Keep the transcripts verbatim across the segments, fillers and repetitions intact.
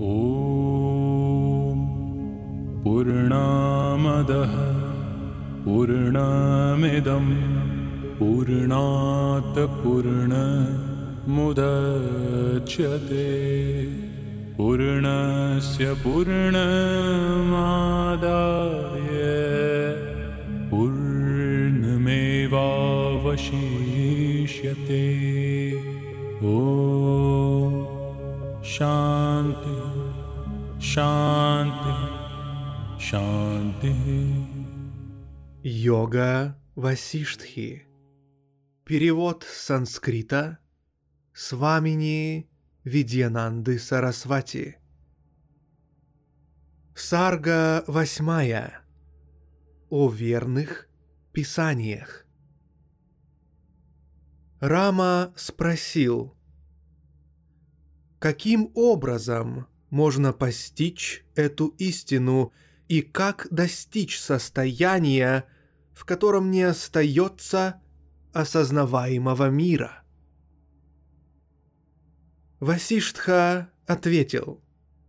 Ом Purnamadah Purnamidam Purnat Purnamudachyate Purnasya Purnamadaya Purnamevavashishyate. Om Shanti Shanti Shanti. Йога Васиштхи. Перевод с санскрита Свамини Видьянанды Сарасвати. Сарга восьмая. О верных писаниях. Рама спросил: каким образом можно постичь эту истину и как достичь состояния, в котором не остается осознаваемого мира? Васиштха ответил: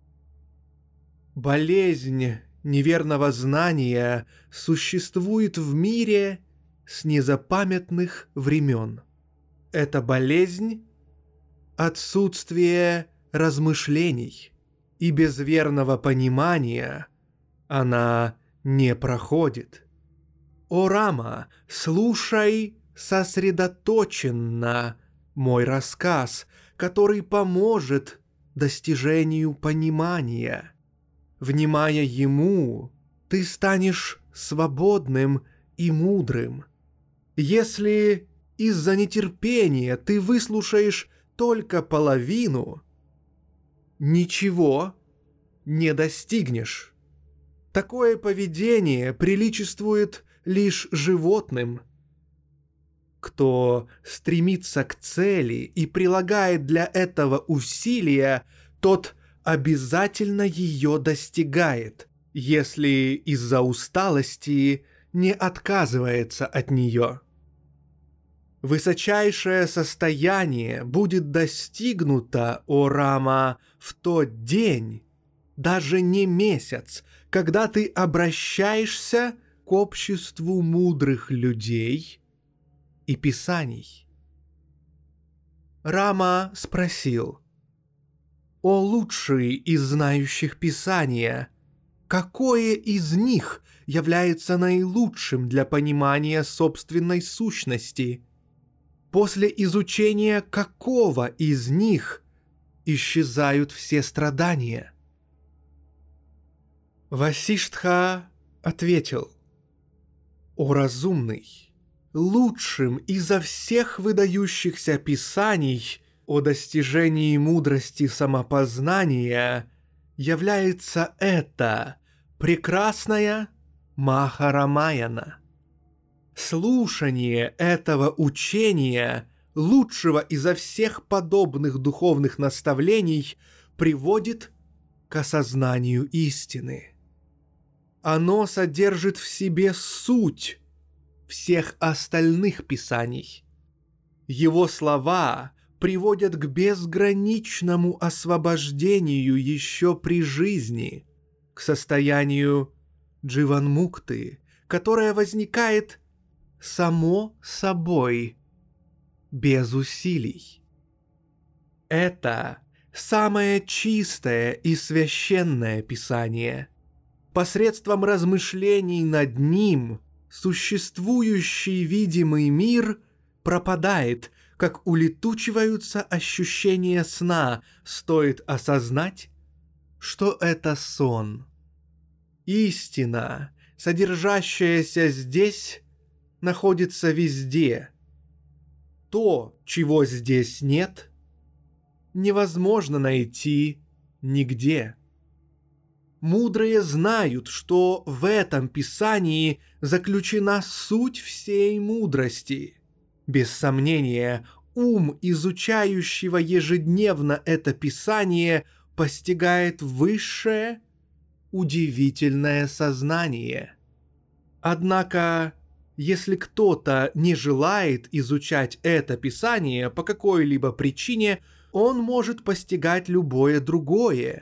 болезнь неверного знания существует в мире с незапамятных времен. Эта болезнь — отсутствие размышлений, и без верного понимания она не проходит. О Рама, слушай сосредоточенно мой рассказ, который поможет достижению понимания. Внимая ему, ты станешь свободным и мудрым. Если из-за нетерпения ты выслушаешь только половину, ничего не достигнешь. Такое поведение приличествует лишь животным. Кто стремится к цели и прилагает для этого усилия, тот обязательно ее достигает, если из-за усталости не отказывается от нее. Высочайшее состояние будет достигнуто, о Рама, в тот день, даже не месяц, когда ты обращаешься к обществу мудрых людей и писаний. Рама спросил: о лучший из знающих писания, какое из них является наилучшим для понимания собственной сущности? После изучения какого из них исчезают все страдания? Васиштха ответил: о разумный, лучшим изо всех выдающихся писаний о достижении мудрости самопознания является это прекрасная Махарамаяна. Слушание этого учения, лучшего изо всех подобных духовных наставлений, приводит к осознанию истины. Оно содержит в себе суть всех остальных писаний. Его слова приводят к безграничному освобождению еще при жизни, к состоянию дживанмукты, которое возникает само собой, без усилий. Это самое чистое и священное писание. Посредством размышлений над ним существующий видимый мир пропадает, как улетучиваются ощущения сна, стоит осознать, что это сон. Истина, содержащаяся здесь, находится везде. То, чего здесь нет, невозможно найти нигде. Мудрые знают, что в этом писании заключена суть всей мудрости. Без сомнения, ум, изучающего ежедневно это писание, постигает высшее, удивительное сознание. Однако, если кто-то не желает изучать это писание по какой-либо причине, он может постигать любое другое,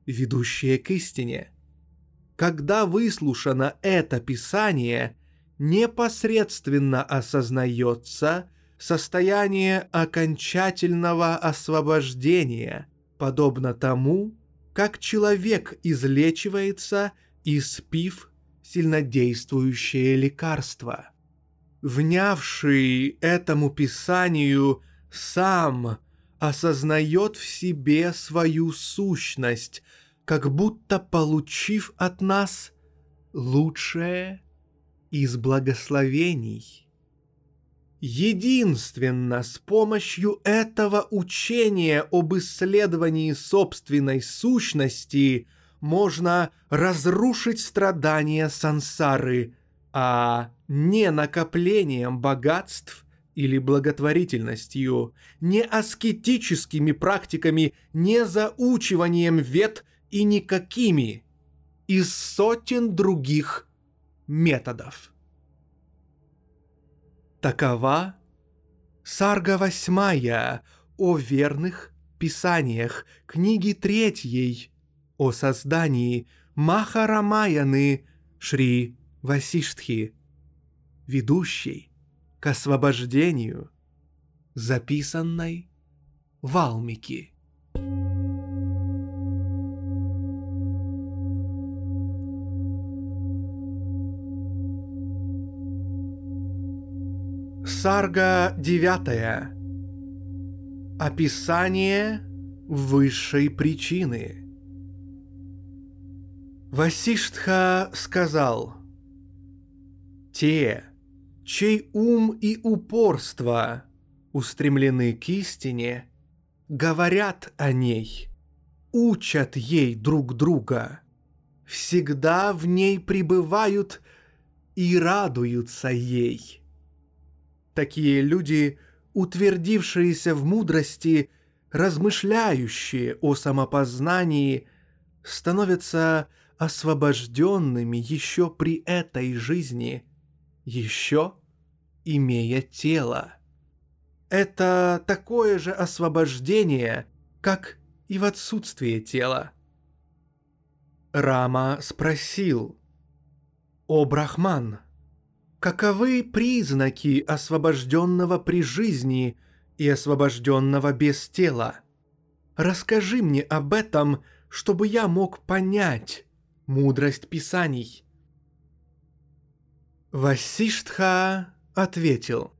ведущее к истине. Когда выслушано это Писание, непосредственно осознается состояние окончательного освобождения, подобно тому, как человек излечивается, испив сильнодействующее лекарство. Внявший этому Писанию сам осознает в себе свою сущность, как будто получив от нас лучшее из благословений. Единственно с помощью этого учения об исследовании собственной сущности можно разрушить страдания сансары, а не накоплением богатств или благотворительностью, не аскетическими практиками, не заучиванием вет и никакими из сотен других методов. Такова Сарга восьмая о верных писаниях книги третьей о создании Махарамаяны Шри Васиштхи, ведущей к освобождению, записанной Валмики. Сарга девятая. Описание высшей причины. Васиштха сказал: «Те, чей ум и упорство устремлены к истине, говорят о ней, учат ей друг друга, всегда в ней пребывают и радуются ей». Такие люди, утвердившиеся в мудрости, размышляющие о самопознании, становятся освобожденными еще при этой жизни, еще имея тело. Это такое же освобождение, как и в отсутствии тела. Рама спросил: «О Брахман, каковы признаки освобожденного при жизни и освобожденного без тела? Расскажи мне об этом, чтобы я мог понять мудрость Писаний». Васиштха ответил: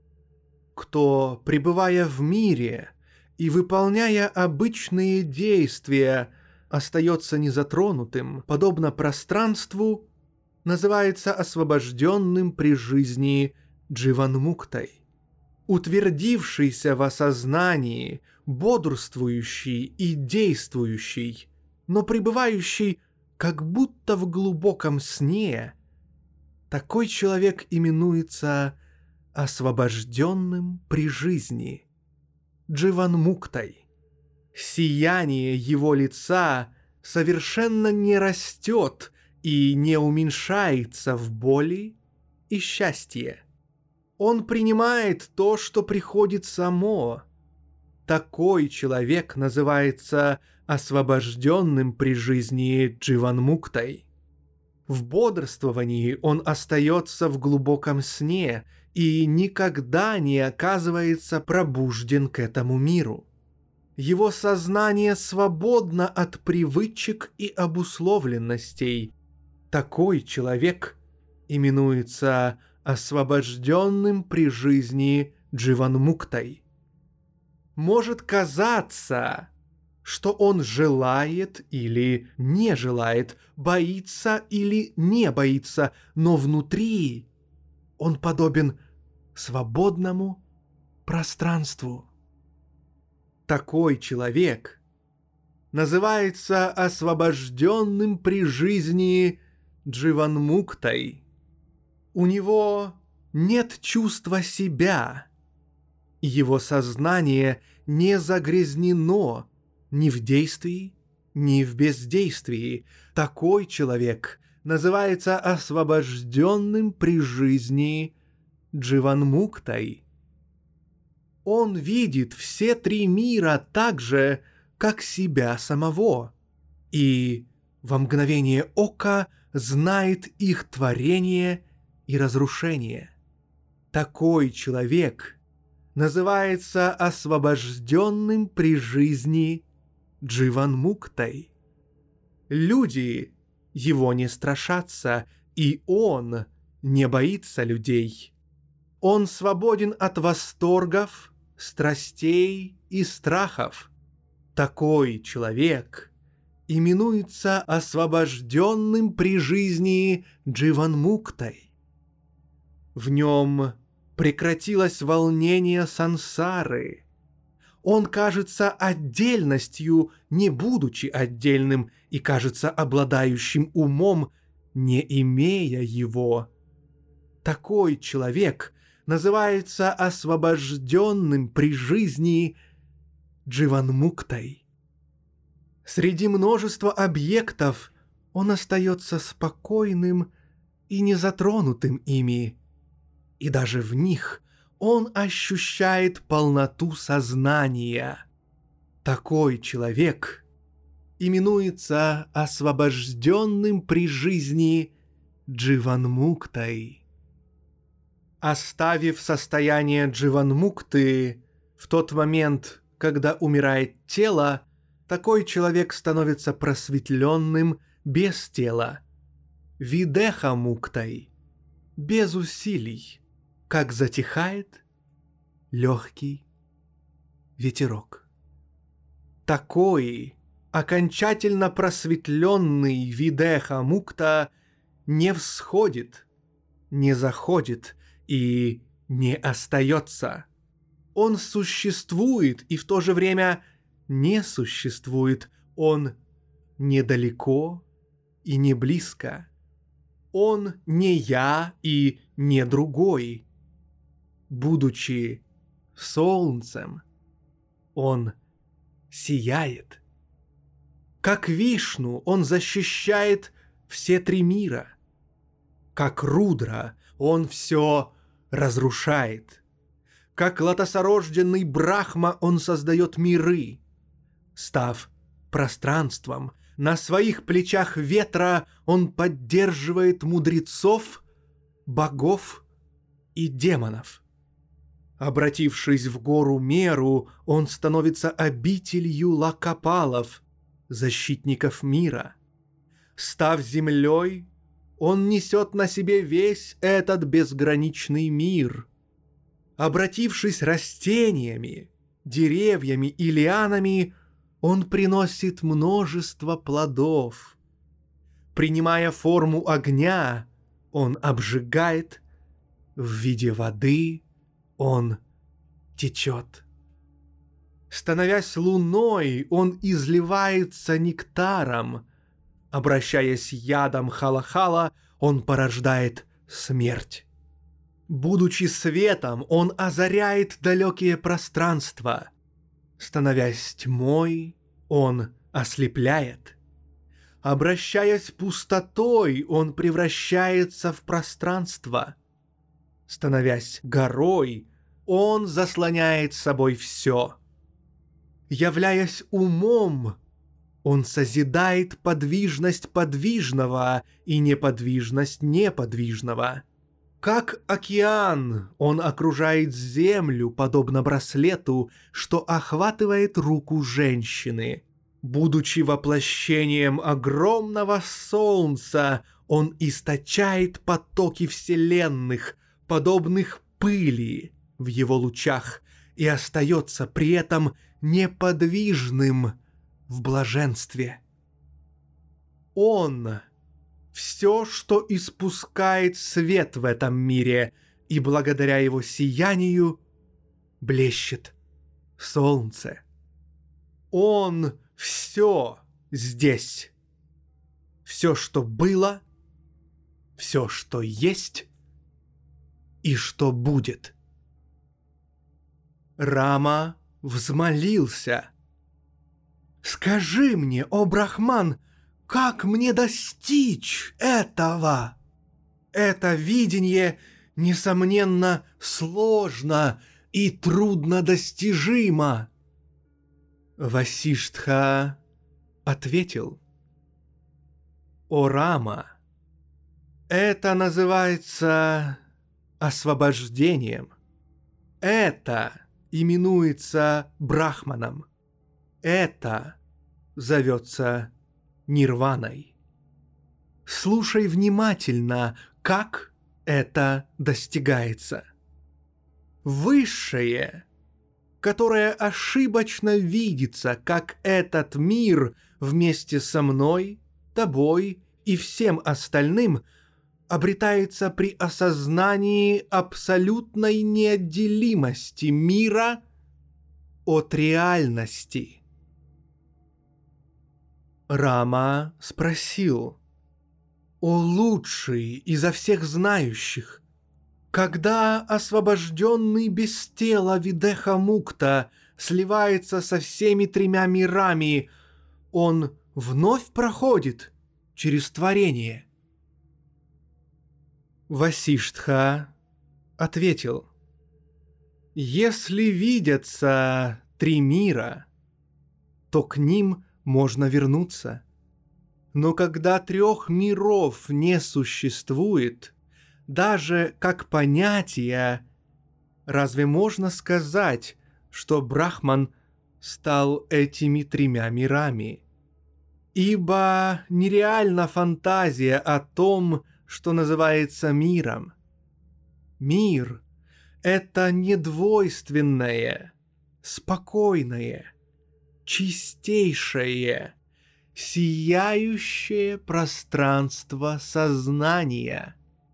«Кто, пребывая в мире и выполняя обычные действия, остается незатронутым, подобно пространству, называется освобожденным при жизни дживанмуктой. Утвердившийся в осознании, бодрствующий и действующий, но пребывающий как будто в глубоком сне, такой человек именуется освобожденным при жизни, дживанмуктой. Сияние его лица совершенно не растет и не уменьшается в боли и счастье. Он принимает то, что приходит само. Такой человек называется освобожденным при жизни дживанмуктой. В бодрствовании он остается в глубоком сне и никогда не оказывается пробужден к этому миру. Его сознание свободно от привычек и обусловленностей. Такой человек именуется освобожденным при жизни дживанмуктой. Может казаться, что он желает или не желает, боится или не боится, но внутри он подобен свободному пространству. Такой человек называется освобожденным при жизни дживанмуктой. У него нет чувства себя, его сознание не загрязнено ни в действии, ни в бездействии. Такой человек называется освобожденным при жизни дживанмуктой. Он видит все три мира так же, как себя самого, и во мгновение ока знает их творение и разрушение. Такой человек называется освобожденным при жизни Дживанмуктай. Люди его не страшатся, и он не боится людей. Он свободен от восторгов, страстей и страхов. Такой человек именуется освобожденным при жизни Дживанмуктай. В нем прекратилось волнение сансары. Он кажется отдельностью, не будучи отдельным, и кажется обладающим умом, не имея его. Такой человек называется освобожденным при жизни Дживанмуктай. Среди множества объектов он остается спокойным и незатронутым ими, и даже в них он ощущает полноту сознания. Такой человек именуется освобожденным при жизни Дживанмуктай. Оставив состояние Дживанмукты, в тот момент, когда умирает тело, такой человек становится просветленным без тела. Видеха-муктай, без усилий, как затихает легкий ветерок. Такой окончательно просветленный Видеха-мукта не всходит, не заходит и не остается. Он существует и в то же время не существует. Он недалеко и не близко. Он не я и не другой. Будучи солнцем, он сияет. Как Вишну он защищает все три мира. Как Рудра он все разрушает. Как лотосорожденный Брахма он создает миры. Став пространством, на своих плечах ветра он поддерживает мудрецов, богов и демонов. Обратившись в гору Меру, он становится обителью лакапалов, защитников мира. Став землей, он несет на себе весь этот безграничный мир. Обратившись растениями, деревьями и лианами, он приносит множество плодов. Принимая форму огня, он обжигает, в виде воды он течет. Становясь луной, он изливается нектаром. Обращаясь ядом халахала, он порождает смерть. Будучи светом, он озаряет далекие пространства. Становясь тьмой, он ослепляет. Обращаясь пустотой, он превращается в пространство. Становясь горой, он заслоняет собой все. Являясь умом, он созидает подвижность подвижного и неподвижность неподвижного. Как океан, он окружает землю, подобно браслету, что охватывает руку женщины. Будучи воплощением огромного солнца, он источает потоки вселенных, подобных пыли в его лучах, и остается при этом неподвижным в блаженстве. Он — все, что испускает свет в этом мире, и благодаря его сиянию блещет солнце. Он — все здесь. Все, что было, все, что есть и что будет. Рама взмолился: «Скажи мне, о Брахман, как мне достичь этого? Это видение, несомненно, сложно и труднодостижимо». Васиштха ответил: о Рама. Это называется освобождением. Это именуется Брахманом. Это зовется нирваной. Слушай внимательно, как это достигается. Высшее, которое ошибочно видится, как этот мир вместе со мной, тобой и всем остальным, обретается при осознании абсолютной неотделимости мира от реальности. Рама спросил: «О лучший изо всех знающих, когда освобожденный без тела Видеха Мукта сливается со всеми тремя мирами, он вновь проходит через творение?» Васиштха ответил: «Если видятся три мира, то к ним можно вернуться. Но когда трех миров не существует, даже как понятия, разве можно сказать, что Брахман стал этими тремя мирами? Ибо нереальна фантазия о том, что называется миром. Мир — это недвойственное, спокойное, чистейшее, сияющее пространство сознания.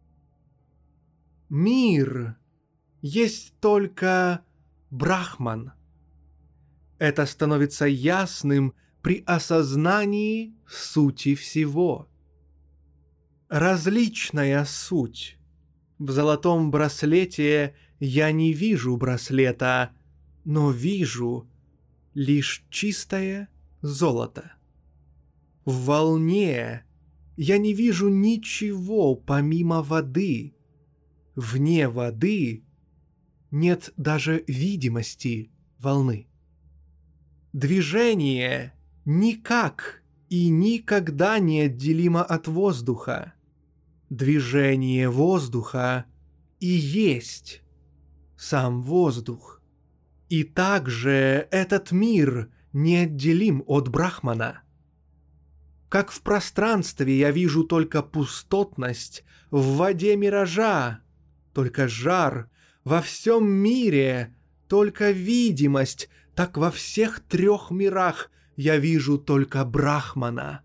Мир есть только Брахман. Это становится ясным при осознании сути всего. Различная суть. В золотом браслете я не вижу браслета, но вижу лишь чистое золото. В волне я не вижу ничего помимо воды. Вне воды нет даже видимости волны. Движение никак и никогда не отделимо от воздуха. Движение воздуха и есть сам воздух. И также этот мир неотделим от Брахмана. Как в пространстве я вижу только пустотность, в воде миража только жар, во всем мире только видимость, так во всех трех мирах я вижу только Брахмана.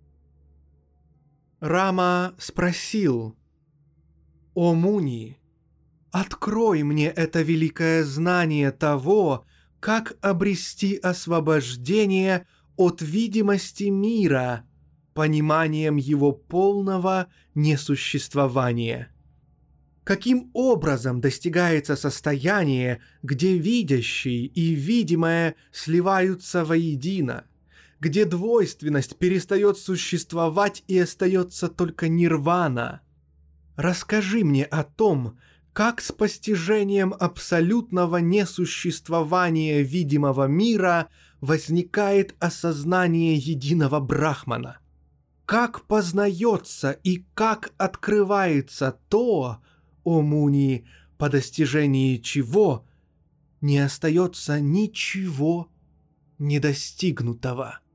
Рама спросил: «О Муни, открой мне это великое знание того, как обрести освобождение от видимости мира, пониманием его полного несуществования. Каким образом достигается состояние, где видящий и видимое сливаются воедино, где двойственность перестает существовать и остается только нирвана? Расскажи мне о том, как с постижением абсолютного несуществования видимого мира возникает осознание единого Брахмана. Как познается и как открывается то, о Муни, по достижении чего не остается ничего недостигнутого?»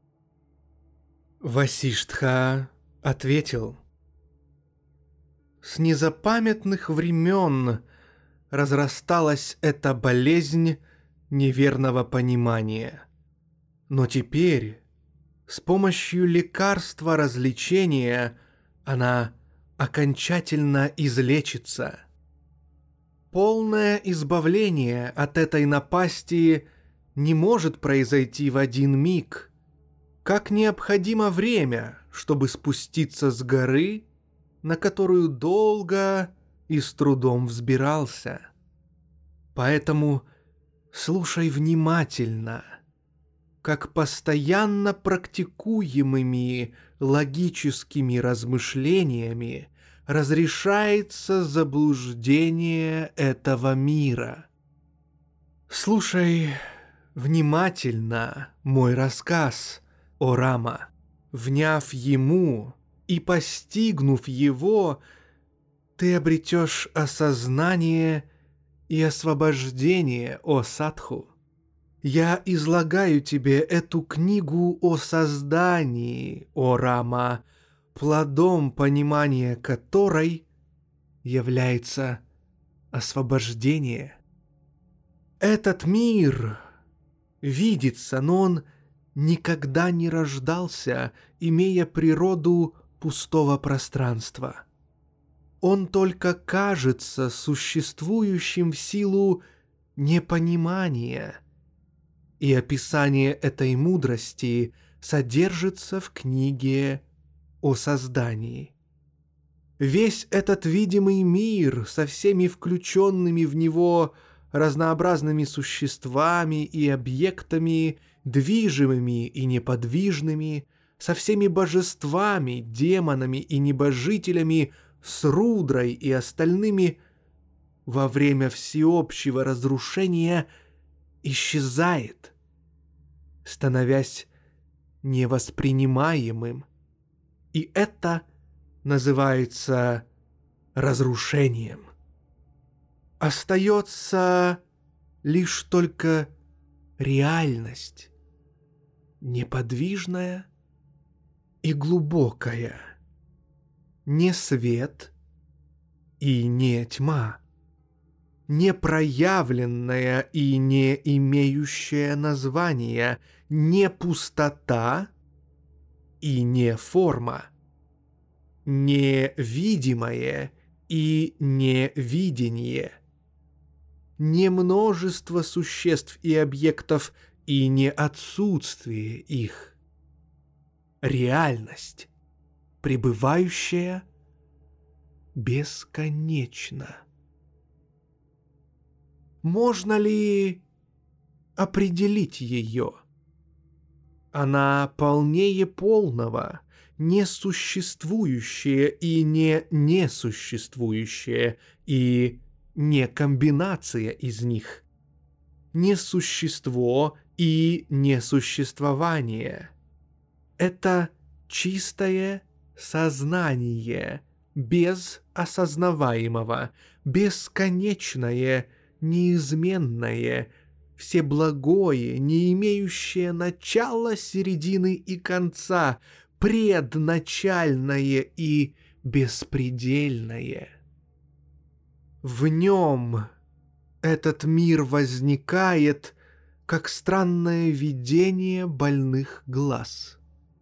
Васиштха ответил: «С незапамятных времен разрасталась эта болезнь неверного понимания. Но теперь, с помощью лекарства развлечения, она окончательно излечится. Полное избавление от этой напасти не может произойти в один миг. Как необходимо время, чтобы спуститься с горы, на которую долго и с трудом взбирался. Поэтому слушай внимательно, как постоянно практикуемыми логическими размышлениями разрешается заблуждение этого мира. Слушай внимательно мой рассказ, о Рама. Вняв ему и, постигнув его, ты обретешь осознание и освобождение, о садху. Я излагаю тебе эту книгу о создании, о Рама, плодом понимания которой является освобождение. Этот мир видится, но он никогда не рождался, имея природу пустого пространства. Он только кажется существующим в силу непонимания, и описание этой мудрости содержится в книге о создании. Весь этот видимый мир со всеми включенными в него разнообразными существами и объектами, движимыми и неподвижными, со всеми божествами, демонами и небожителями, с Рудрой и остальными, во время всеобщего разрушения исчезает, становясь невоспринимаемым. И это называется разрушением. Остается лишь только реальность, неподвижная и глубокая, не свет и не тьма, не проявленная и не имеющая названия, не пустота и не форма, невидимое и невидение, не множество существ и объектов и не отсутствие их. Реальность, пребывающая бесконечно. Можно ли определить ее? Она полнее полного, несуществующее и не несуществующее, и не комбинация из них, не существо и несуществование. Это чистое сознание, без осознаваемого, бесконечное, неизменное, всеблагое, не имеющее начала, середины и конца, предначальное и беспредельное. В нем этот мир возникает, как странное видение больных глаз.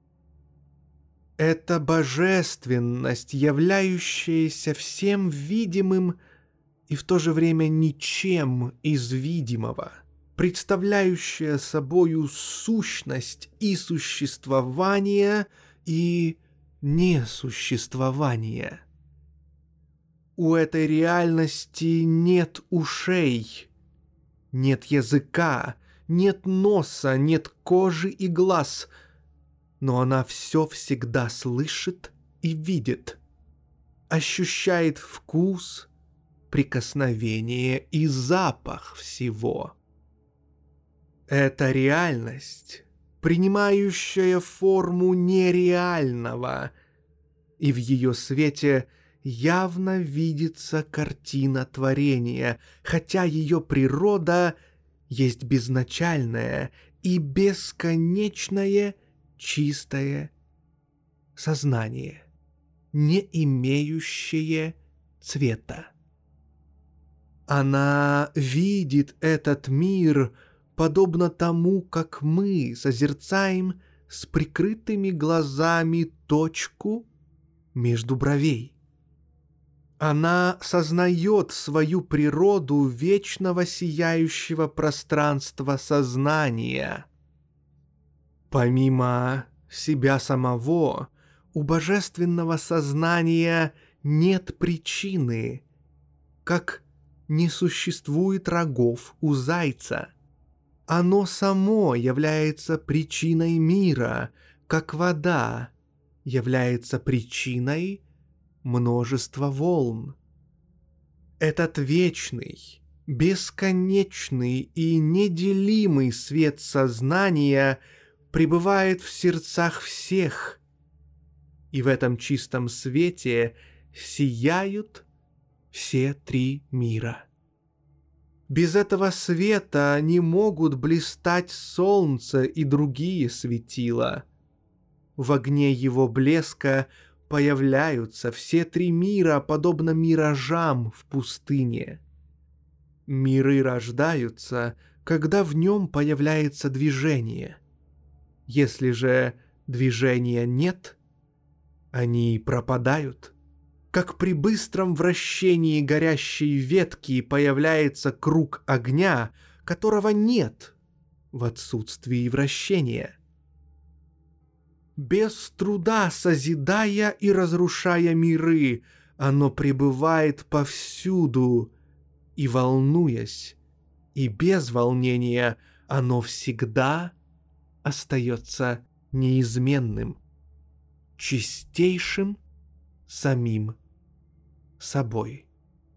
Это божественность, являющаяся всем видимым и в то же время ничем из видимого, представляющая собою сущность и существование, и несуществование. У этой реальности нет ушей, нет языка, нет носа, нет кожи и глаз, но она все всегда слышит и видит, ощущает вкус, прикосновение и запах всего. Это реальность, принимающая форму нереального, и в ее свете явно видится картина творения, хотя ее природа есть безначальное и бесконечное чистое сознание, не имеющее цвета. Она видит этот мир подобно тому, как мы созерцаем с прикрытыми глазами точку между бровей. Она сознает свою природу вечного сияющего пространства сознания. Помимо себя самого, у божественного сознания нет причины, как не существует рогов у зайца. Оно само является причиной мира, как вода является причиной множества волн. Этот вечный, бесконечный и неделимый свет сознания пребывает в сердцах всех, и в этом чистом свете сияют все три мира. Без этого света не могут блистать солнце и другие светила. В огне его блеска появляются все три мира, подобно миражам в пустыне. Миры рождаются, когда в нем появляется движение. Если же движения нет, они пропадают. Как при быстром вращении горящей ветки появляется круг огня, которого нет в отсутствии вращения. Без труда созидая и разрушая миры, оно пребывает повсюду, и, волнуясь, и без волнения, оно всегда остается неизменным, чистейшим самим собой.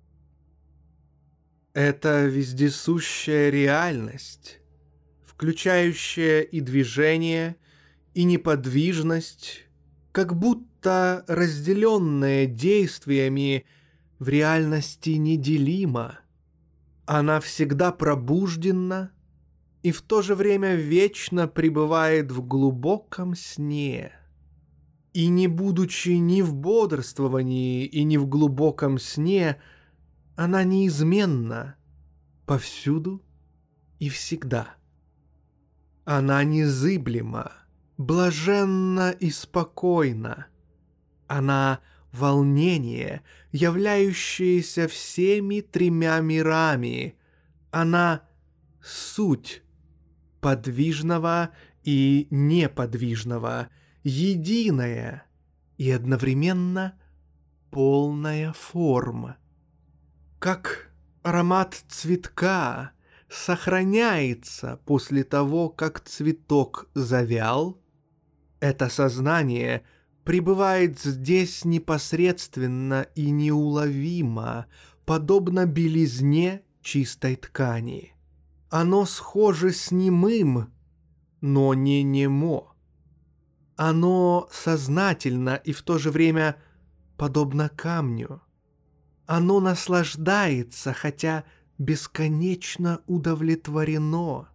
Это вездесущая реальность, включающая и движение, и неподвижность, как будто разделенная действиями, в реальности неделима. Она всегда пробуждена и в то же время вечно пребывает в глубоком сне. И не будучи ни в бодрствовании и ни в глубоком сне, она неизменна повсюду и всегда. Она незыблема, блаженна и спокойна. Она волнение, являющееся всеми тремя мирами. Она суть подвижного и неподвижного, единая и одновременно полная форма. Как аромат цветка сохраняется после того, как цветок завял, это сознание пребывает здесь непосредственно и неуловимо, подобно белизне чистой ткани. Оно схоже с немым, но не немо. Оно сознательно и в то же время подобно камню. Оно наслаждается, хотя бесконечно удовлетворено.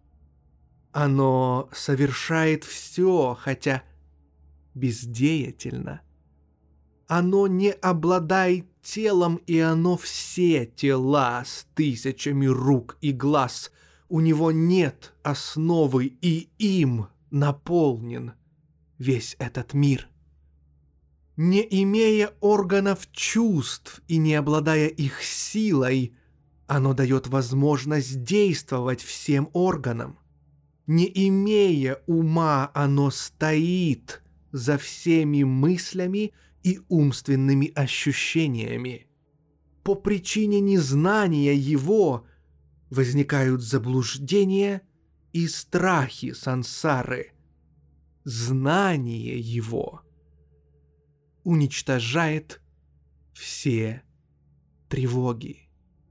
Оно совершает все, хотя бездеятельно. Оно не обладает телом, и оно все тела с тысячами рук и глаз. У него нет основы, и им наполнен весь этот мир. Не имея органов чувств и не обладая их силой, оно дает возможность действовать всем органам. Не имея ума, оно стоит за всеми мыслями и умственными ощущениями. По причине незнания его возникают заблуждения и страхи сансары. Знание его уничтожает все тревоги.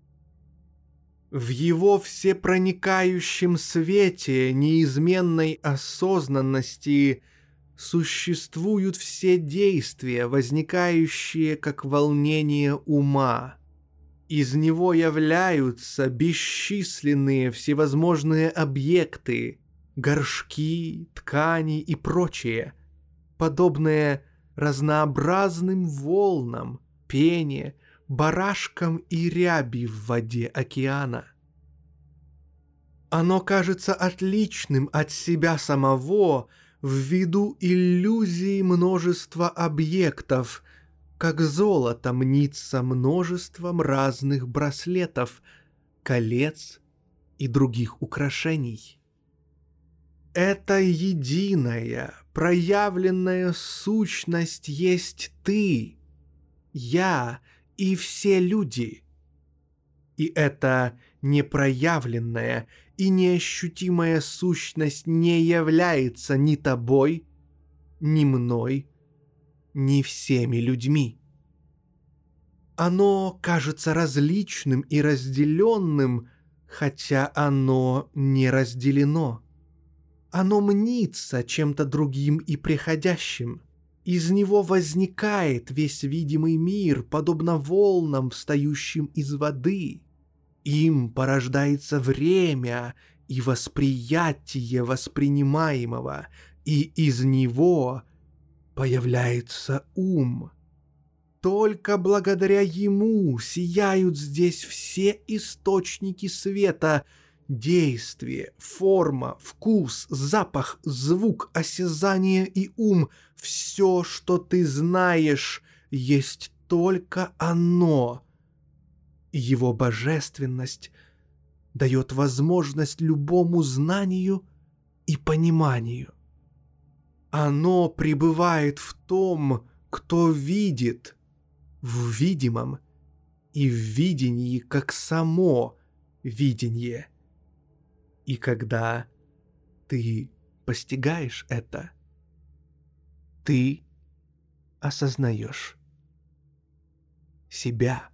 В его всепроникающем свете неизменной осознанности существуют все действия, возникающие как волнение ума. Из него являются бесчисленные всевозможные объекты, горшки, ткани и прочее, подобные разнообразным волнам, пене, барашкам и ряби в воде океана. Оно кажется отличным от себя самого ввиду иллюзии множества объектов, как золото мнится множеством разных браслетов, колец и других украшений. Эта единая, проявленная сущность есть ты, я и все люди. И эта непроявленная и неощутимая сущность не является ни тобой, ни мной, ни всеми людьми. Оно кажется различным и разделенным, хотя оно не разделено. Оно мнится чем-то другим и приходящим. Из него возникает весь видимый мир, подобно волнам, встающим из воды. Им порождается время и восприятие воспринимаемого, и из него появляется ум. Только благодаря ему сияют здесь все источники света: действие, форма, вкус, запах, звук, осязание и ум. Все, что ты знаешь, есть только оно. Его божественность дает возможность любому знанию и пониманию. Оно пребывает в том, кто видит, в видимом и в видении как само видение. И когда ты постигаешь это, ты осознаешь себя.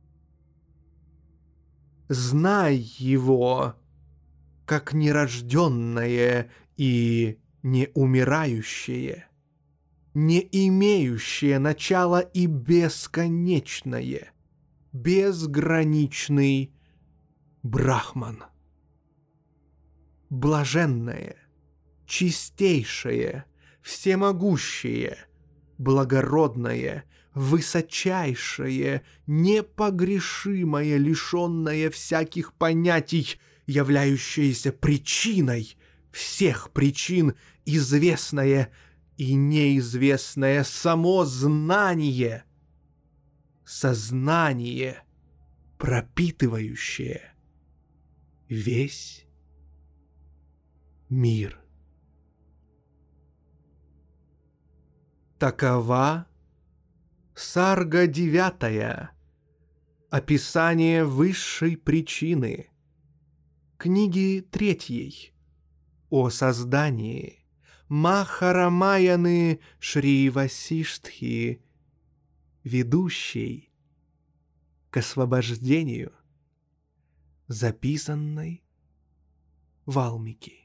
Знай его как нерожденное и неумирающее, не имеющее начала и бесконечное, безграничный Брахман. Блаженное, чистейшее, всемогущее, благородное, высочайшее, непогрешимое, лишенное всяких понятий, являющееся причиной всех причин, известное и неизвестное само знание, сознание, пропитывающее весь мир. Такова Сарга девятая. Описание высшей причины. Книги третьей. О создании. Махарамаяны Шри Васиштхи, ведущей к освобождению, записанной Валмики.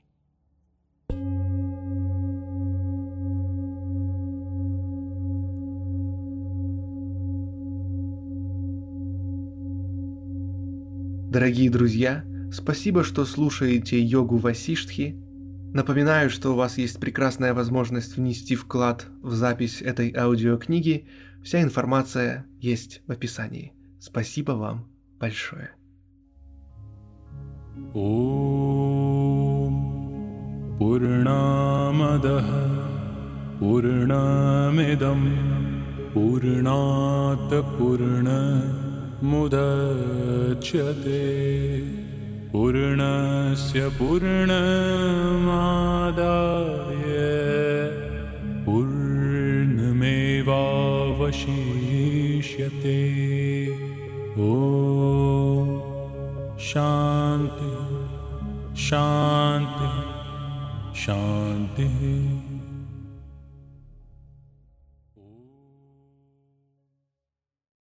Дорогие друзья, спасибо, что слушаете йогу Васиштхи. Напоминаю, что у вас есть прекрасная возможность внести вклад в запись этой аудиокниги. Вся информация есть в описании. Спасибо вам большое. Ом Пурнамадах Пурнамидам Пурнат Пурна Mudachyate Purnasya Purnamadaya Purnamevavashishyate. Om Shanti Shanti Shanti.